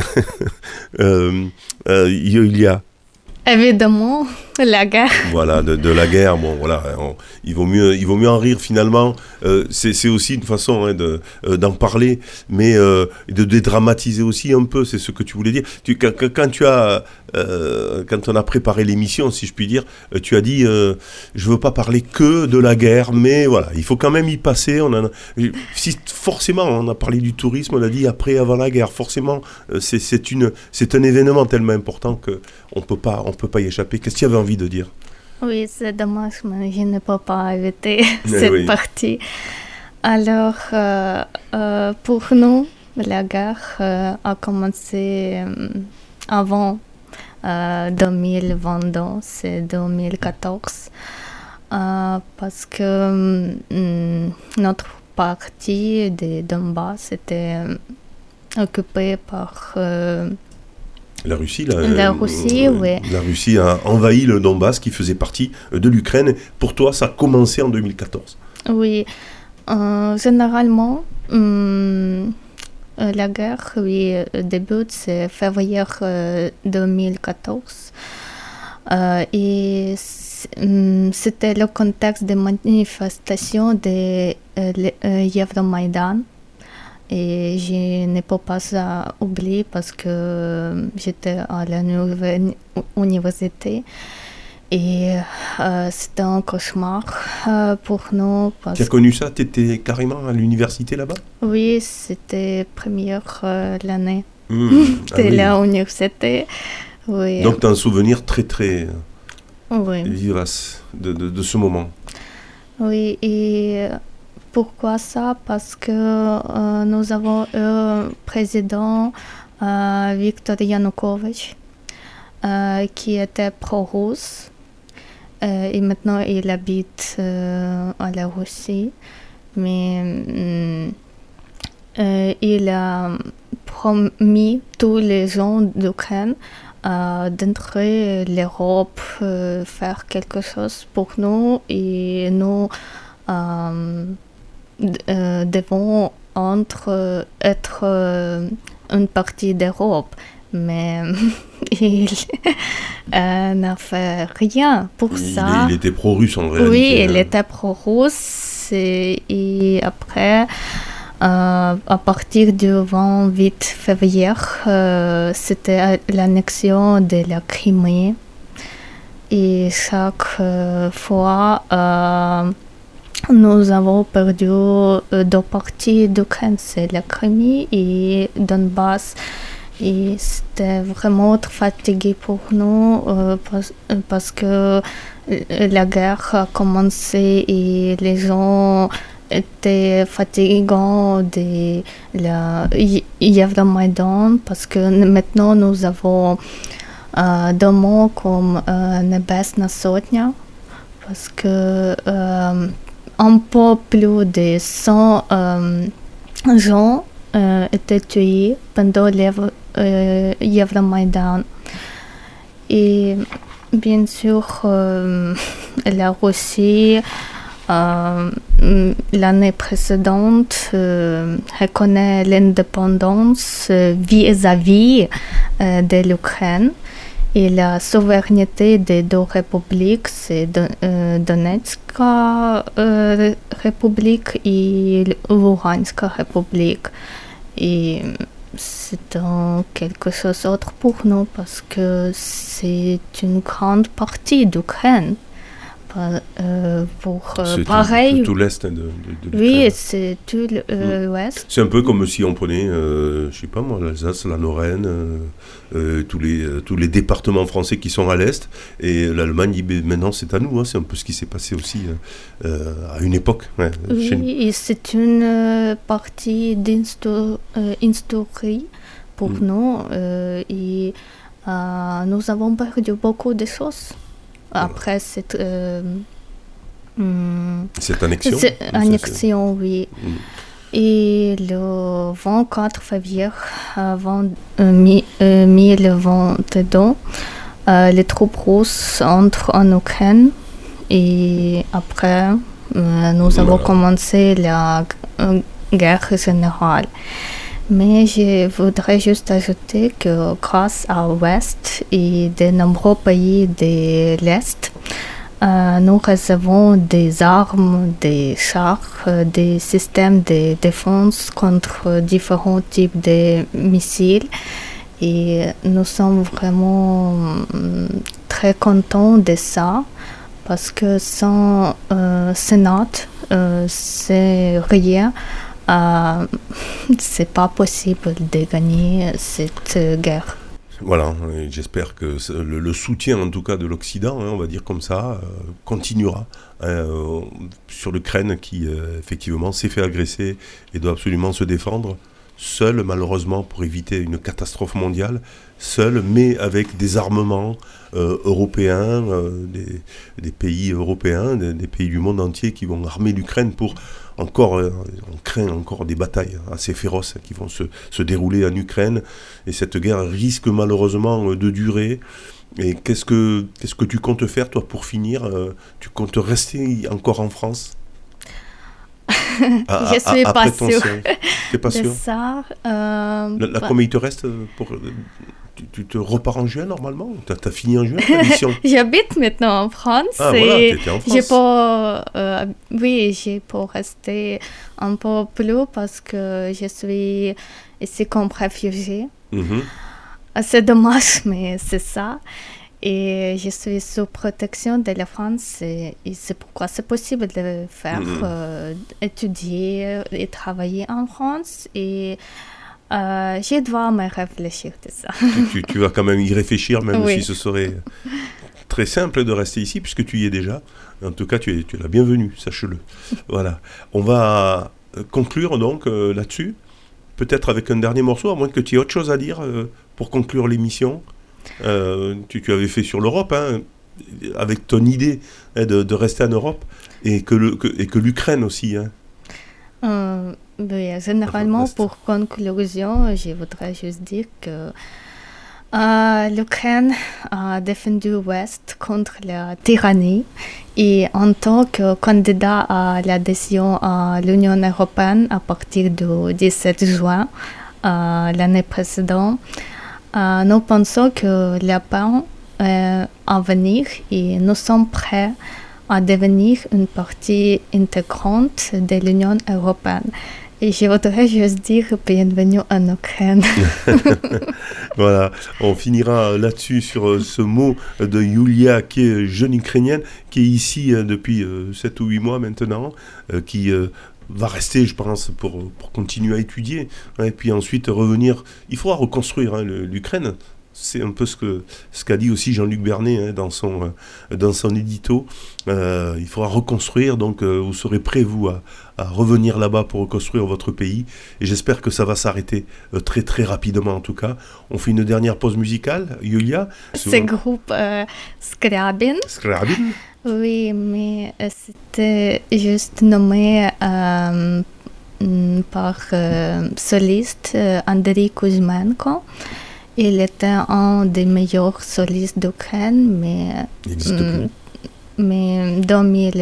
Yulia? Évidemment, la guerre. Voilà, de la guerre. Bon, voilà, il vaut mieux en rire finalement. C'est aussi une façon d'en parler, mais de dédramatiser aussi un peu. C'est ce que tu voulais dire. Quand on a préparé l'émission, si je puis dire, tu as dit je veux pas parler que de la guerre, mais voilà, il faut quand même y passer. Forcément, on a parlé du tourisme, on a dit après, avant la guerre. Forcément, c'est un événement tellement important que on peut pas y échapper. Qu'est-ce que tu avais envie de dire? Oui, c'est dommage, mais je ne peux pas éviter cette partie. Alors, pour nous, la guerre a commencé avant 2022, c'est 2014, parce que notre partie de Donbass était occupée par... La Russie, oui. La Russie a envahi le Donbass qui faisait partie de l'Ukraine. Pour toi, ça a commencé en 2014. Oui. Généralement, la guerre, oui, débute, c'est février 2014. Et c'était le contexte des manifestations de Euromaïdan. Et je n'ai pas ça oublié parce que j'étais à l'université. Et c'était un cauchemar pour nous. Tu as connu ça? Tu étais carrément à l'université là-bas? Oui, c'était première l'année de l'université. Oui. Donc tu as un souvenir très très oui. vivace de ce moment. Oui, et pourquoi ça? Parce que nous avons un président, Viktor Yanukovych, qui était pro-russe. Et maintenant, il habite à la Russie. Mais il a promis tous les gens d'Ukraine d'entrer l'Europe, faire quelque chose pour nous. Et nous devons être une partie d'Europe. Mais il n'a fait rien pour ça. Il était pro-russe en réalité. Oui, il était pro-russe. Et après, à partir du 28 février, c'était l'annexion de la Crimée. Et chaque fois, nous avons perdu deux parties d'Ukraine, c'est la Crimée et Donbass. Et c'était vraiment très fatigué pour nous parce que la guerre a commencé et les gens étaient fatigants de la Euromaïdan parce que maintenant nous avons des mots comme Nебесна Сотня parce que un peu plus de 100 gens étaient tués pendant Euromaïdan. Et bien sûr, la Russie, l'année précédente, reconnaît l'indépendance vis-à-vis de l'Ukraine. Et la souveraineté des deux républiques, c'est Donetska République et Luhanska République. Et c'est quelque chose d'autre pour nous parce que c'est une grande partie d'Ukraine. C'est pareil. Tout l'est de l'Ukraine. Oui, c'est tout l'ouest. C'est un peu comme si on prenait, je sais pas moi, l'Alsace, la Lorraine, tous les départements français qui sont à l'est, et l'Allemagne, maintenant c'est à nous. Hein, c'est un peu ce qui s'est passé aussi à une époque. Ouais, oui, et c'est une partie d'histoire pour nous, et nous avons perdu beaucoup de choses. Après cette annexion. Annexion, oui. Et le 24 février 2022, les troupes russes entrent en Ukraine et après, nous avons commencé la guerre générale. Mais je voudrais juste ajouter que grâce à l'Ouest et de nombreux pays de l'Est, nous recevons des armes, des chars, des systèmes de défense contre différents types de missiles. Et nous sommes vraiment très contents de ça parce que sans Sénat, c'est rien. C'est pas possible de gagner cette guerre. Voilà, et j'espère que le soutien en tout cas de l'Occident, on va dire comme ça, continuera sur l'Ukraine qui effectivement s'est fait agresser et doit absolument se défendre, seul malheureusement pour éviter une catastrophe mondiale, seul mais avec des armements européens, des pays européens, des pays du monde entier qui vont armer l'Ukraine pour on craint encore des batailles assez féroces qui vont se dérouler en Ukraine et cette guerre risque malheureusement de durer. Et qu'est-ce que tu comptes faire toi pour finir? Tu comptes rester encore en France? Je suis pas sûre. T'es pas sûr? ça. Combien il te reste pour... Tu te repars en juin normalement? T'as fini en juin ta mission? J'habite maintenant en France. Ah voilà, t'étais en France. J'ai pour rester un peu plus parce que je suis ici comme réfugiée. C'est dommage, mais c'est ça. Et je suis sous protection de la France et c'est pourquoi c'est possible de faire étudier et travailler en France. Et je dois me réfléchir de ça. Tu vas quand même y réfléchir, même Oui. si ce serait très simple de rester ici, puisque tu y es déjà. En tout cas, tu es la bienvenue, sache-le. Voilà. On va conclure donc là-dessus, peut-être avec un dernier morceau, à moins que tu aies autre chose à dire pour conclure l'émission. Tu avais fait sur l'Europe, hein, avec ton idée de rester en Europe, et que l'Ukraine aussi. Hein. Généralement, pour conclusion, je voudrais juste dire que l'Ukraine a défendu l'Ouest contre la tyrannie et en tant que candidat à l'adhésion à l'Union européenne à partir du 17 juin l'année précédente, nous pensons que la paix est à venir et nous sommes prêts à devenir une partie intégrante de l'Union européenne. Et je voudrais juste dire bienvenue en Ukraine. Voilà, on finira là-dessus sur ce mot de Yulia, qui est jeune ukrainienne, qui est ici depuis 7 ou 8 mois maintenant, qui va rester, je pense, pour continuer à étudier, hein, et puis ensuite revenir. Il faudra reconstruire l'Ukraine. C'est un peu ce qu'a dit aussi Jean-Luc Bernet, hein, dans son édito. Il faudra reconstruire, donc vous serez prêts, vous, à revenir là-bas pour reconstruire votre pays. Et j'espère que ça va s'arrêter très très rapidement en tout cas. On fait une dernière pause musicale, Yulia. C'est le groupe Scriabin. Scriabin? Oui, mais c'était juste nommé par soliste Andriy Kuzmenko. Il était un des meilleurs solistes d'Ukraine, mais en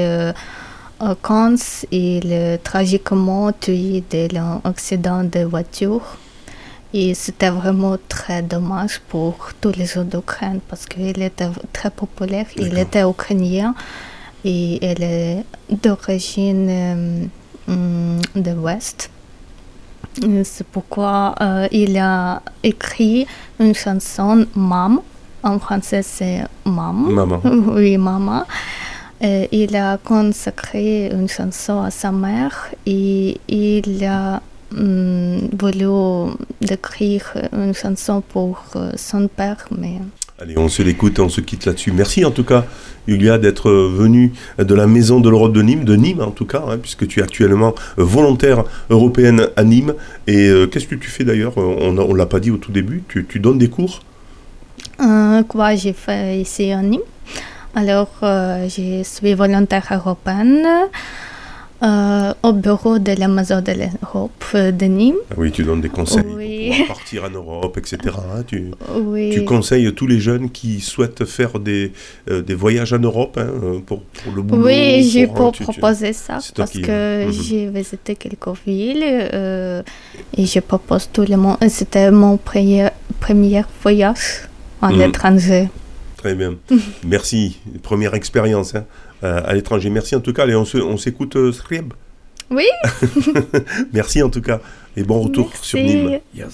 2015, il est tragiquement tué dans un accident de voiture. Et c'était vraiment très dommage pour tous les gens d'Ukraine parce qu'il était très populaire. Il était ukrainien et il est d'origine de l'Ouest. C'est pourquoi il a écrit une chanson Mam. En français, c'est Mam. Maman. Oui, Maman. Il a consacré une chanson à sa mère et il a voulu écrire une chanson pour son père, mais... Allez, on se l'écoute, on se quitte là-dessus. Merci en tout cas, Yulia, d'être venue de la Maison de l'Europe de Nîmes en tout cas, hein, puisque tu es actuellement volontaire européenne à Nîmes. Et qu'est-ce que tu fais d'ailleurs? On ne l'a pas dit au tout début, tu donnes des cours? Quoi j'ai fait ici à Nîmes? Alors, je suis volontaire européenne au bureau de la Maison de l'Europe de Nîmes. Ah oui, tu donnes des conseils oui. pour pouvoir partir en Europe, etc. Hein, oui. Tu conseilles tous les jeunes qui souhaitent faire des voyages en Europe, hein, pour le boulot. Oui, j'ai proposé ça parce que j'ai visité quelques villes et je propose tout le monde. C'était mon premier voyage à l'étranger. Très bien. Merci. Première expérience, hein, à l'étranger. Merci en tout cas. Allez, on s'écoute Scriab. Oui. Merci en tout cas. Et bon retour sur Nîmes.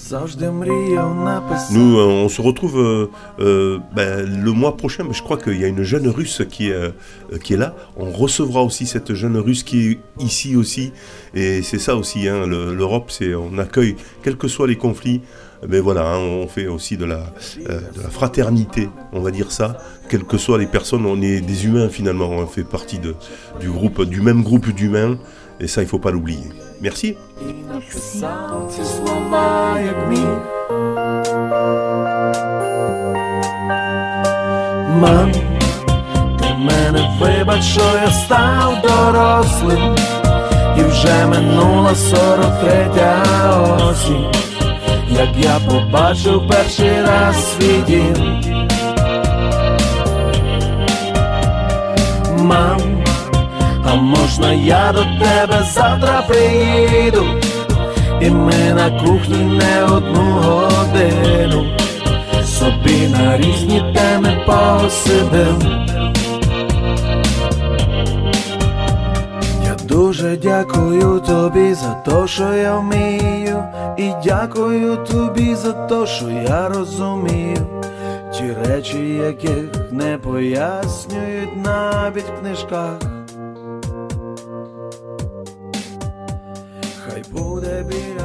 Nous, on se retrouve le mois prochain. Mais je crois qu'il y a une jeune Russe qui est là. On recevra aussi cette jeune Russe qui est ici aussi. Et c'est ça aussi, hein, l'Europe, on accueille, quels que soient les conflits. Mais voilà, hein, on fait aussi de la fraternité, on va dire ça. Quelles que soient les personnes, on est des humains finalement. On fait partie du même groupe d'humains. Et ça, il ne faut pas l'oublier. Merci. Merci. Мам, ти мене вибач, що я став дорослим, і вже минула 43-я осінь, як я побачив перший раз свій дім. Мам, а можна я до тебе завтра приїду І ми на кухні не одну годину собі на різні теми посидим. Я дуже дякую тобі за те, що я вмію, і дякую тобі за те, що я розумію ті речі, яких не пояснюють навіть в книжках. Хай буде біль